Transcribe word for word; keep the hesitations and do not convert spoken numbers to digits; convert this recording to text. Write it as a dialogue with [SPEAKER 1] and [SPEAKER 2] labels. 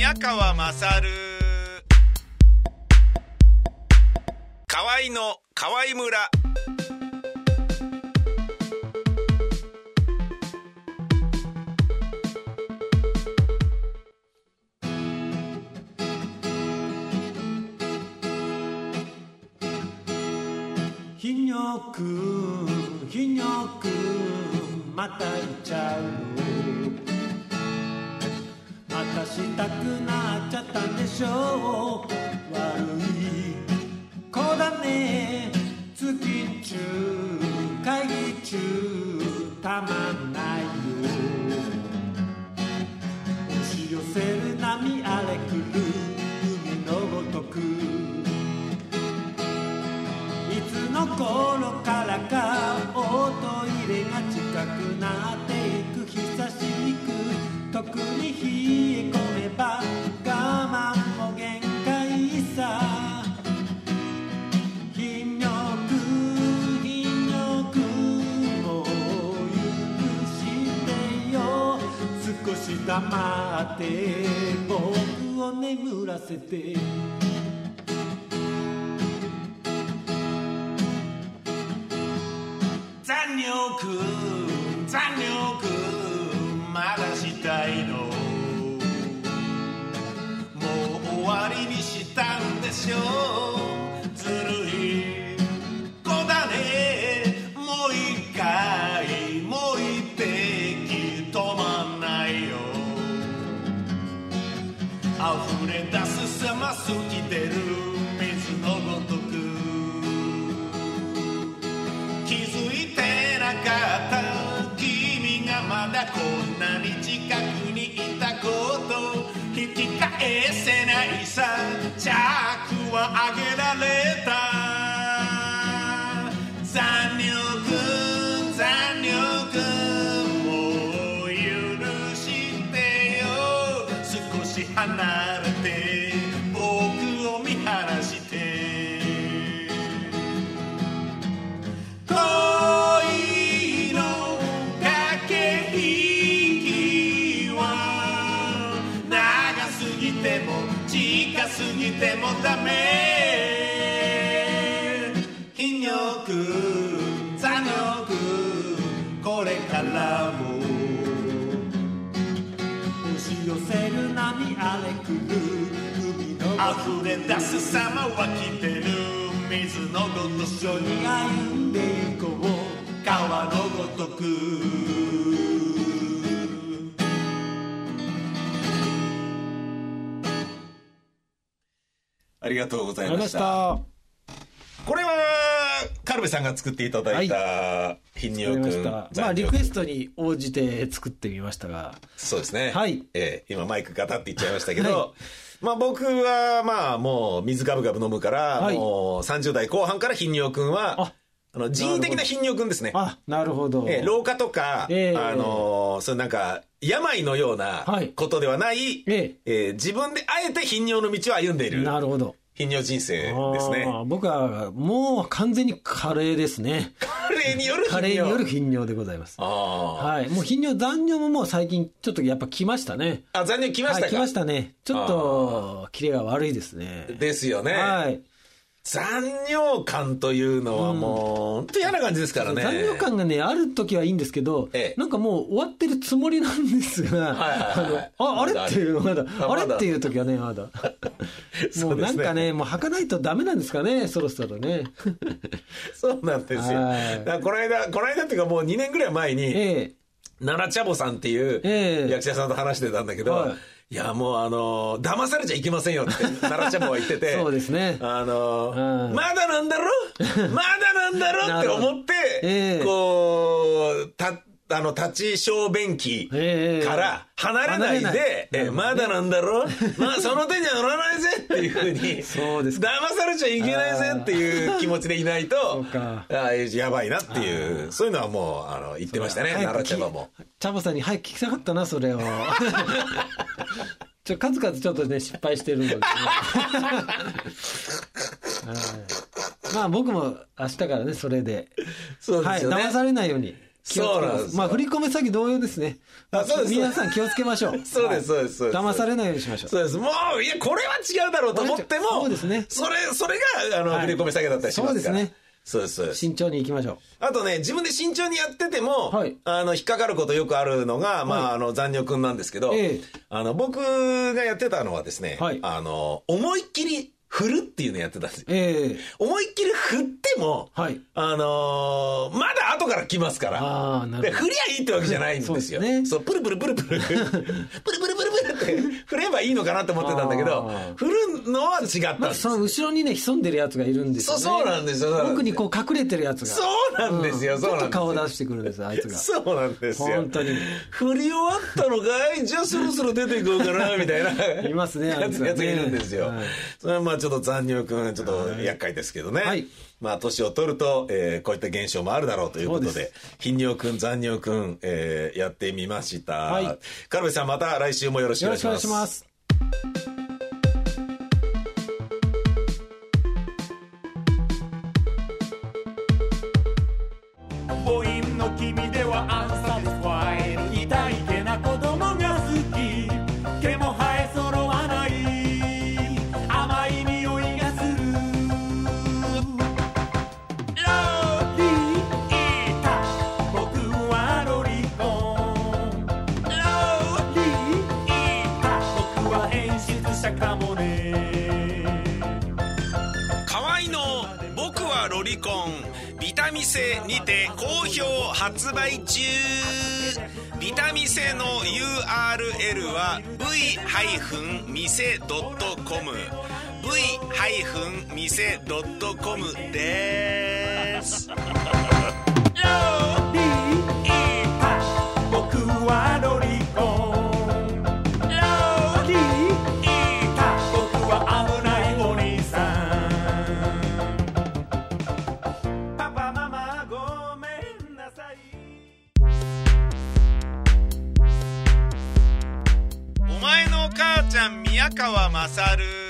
[SPEAKER 1] 宮川まさる河合の河合村。
[SPEAKER 2] ひにょくんひにょくんまたいちゃうの、またしたくなっちゃったんでしょう。悪い子だね、月中会議中たまんないよ。押し寄せる波荒れくる海のごとく、いつの頃からかおトイレが近くなっていく。久しく特に冷え込めば我慢も限界さ。ひにょくひにょくもう許してよ。少し黙って僕を眠らせて。残尿くん残尿くんまだしたいの、もう終わりにしたんでしょう。ずるい子だね、もう一回もう一滴止まんないよ。溢れ出すさま透き出る水のごとく、気づいてなかった君がまだこんなに近くにいたこと、引き返せないさ。尺はあげられた。残尿くん残尿くんもう許してよ。少し離れて僕を見放して。恋の駆け引きは長すぎても近すぎてもダメ。ひにょく残尿くこれからも押し寄せる波荒れくる海の溢れ出す様は来てる水のごとく、一緒に歩んでゆこう川のごとく。
[SPEAKER 1] ありがとうございました。これはカルベさんが作っていただいたひにょくん、
[SPEAKER 3] まあリクエストに応じて作ってみましたが。
[SPEAKER 1] そうですね、
[SPEAKER 3] はい、
[SPEAKER 1] えー、今マイクガタって言っちゃいましたけど、はい、まあ僕はまあもう水ガブガブ飲むから、はい、もうさんじゅう代後半からひにょくんはああの人為的なひにょくんですね。
[SPEAKER 3] あ、なるほど、
[SPEAKER 1] えー、老化とか、えー、あのー、それなんか病のようなことではない、はい、えーえー、自分であえて頻尿の道を歩んでいる。なるほど、頻尿人生ですね。
[SPEAKER 3] 僕はもう完全に加齢ですね。
[SPEAKER 1] 加齢による頻尿。
[SPEAKER 3] 加齢による頻尿でございます。あ、はい、もう頻尿残尿ももう最近ちょっとやっぱ来ましたね。
[SPEAKER 1] あ、残尿来ましたか。はい、
[SPEAKER 3] 来ましたね。ちょっとキレが悪いですね。
[SPEAKER 1] ですよね。
[SPEAKER 3] はい。
[SPEAKER 1] 残尿感というのはもう、うん、本当嫌な感じですからね。
[SPEAKER 3] 残尿感がね、ある時はいいんですけど、ええ、なんかもう終わってるつもりなんですが、あれっていうのまだ、あれっていう時はね、まだ。もうなんかね、もう履かないとダメなんですかね、そろそろね。
[SPEAKER 1] そうなんですよ。だからこの間、この間っていうかもうにねんぐらい前に、ええ、奈良茶坊さんっていう役者さんと話してたんだけど、はい、いやもうあの騙されちゃいけませんよって奈良茶坊は言ってて
[SPEAKER 3] そうですね、
[SPEAKER 1] あの、うん、まだなんだろまだなんだろって思って、えー、こうたあの立ち小便器から離れないで、えー、まだなんだろまあその手には乗らないぜっていうふうにそうです、騙されちゃいけないぜっていう気持ちでいないとそうか、あやばいなっていう、そういうのはもうあの言ってましたね、奈良茶坊も。
[SPEAKER 3] 茶坊さんに早く聞きたかったなそれをちょ数々ちょっとね失敗してるので、ねまあ僕も明日からねそれで、
[SPEAKER 1] そうですよね、
[SPEAKER 3] はい、騙されないように気をつけます。まあ振り込め詐欺同様ですね。あ、そうです。皆さん気をつけましょう。
[SPEAKER 1] そうです、そうです、そうです。
[SPEAKER 3] 騙されないようにしましょう。
[SPEAKER 1] そうです。もう、いや、これは違うだろうと思っても、そうですね。それ、それが、あの、振り込め詐欺だったりしますから。そうですね。そうです、そうです。
[SPEAKER 3] 慎重に行きましょう。
[SPEAKER 1] あとね、自分で慎重にやってても、はい、あの、引っかかることよくあるのが、はい、まあ、あの、残尿くんなんですけど、えー、あの、僕がやってたのはですね、はい、あの、思いっきり、振るっていうのやってたんですよ。えー、思いっきり振っても、はい、あのー、まだ後から来ますから。あ、なるほど。で、振りゃいいってわけじゃないんですよ。そうですね。そう、プルプルプルプル。プルプルプルプルって振ればいいのかなって思ってたんだけど、振るのは違ったんです。
[SPEAKER 3] まあ、その後ろにね、潜んでるやつがいるんですよね。
[SPEAKER 1] そう、そうなんですよ。
[SPEAKER 3] 奥にこう隠れてるやつが。
[SPEAKER 1] そうなんですよ、うん、そうなんですよ。ちょっと
[SPEAKER 3] 顔を出してくるんです、あいつが。
[SPEAKER 1] そうなんですよ。
[SPEAKER 3] 本当に。
[SPEAKER 1] 振り終わったのかいじゃあそろそろ出ていこうかな、みたいな。
[SPEAKER 3] いますね、あいつ
[SPEAKER 1] が。やつがいるんですよ。はい、それはまあちょっと残尿くん。ちょっと厄介ですけどね、はい、まあ年を取ると、えー、こういった現象もあるだろうということで頻尿くん残尿くん、えー、やってみました、はい、軽部さんまた来週もよろしくお願いします。よろしくお願いします。
[SPEAKER 2] 母音の君ではアンサティスファイ痛いけな子供が好き毛も生え揃わない甘い匂いがするロリータ僕はロリコンロリータ僕は演出者かもね
[SPEAKER 1] 河合の僕はロリコンビタミセにて好評発売中。ビタミセの ユーアールエル は ブイミセドットコム ブイミセドットコム です。ロ
[SPEAKER 2] リータ僕はロリコンロリータ僕は危ないお兄さんパパママごめんなさい。
[SPEAKER 1] お前の母ちゃん宮川勝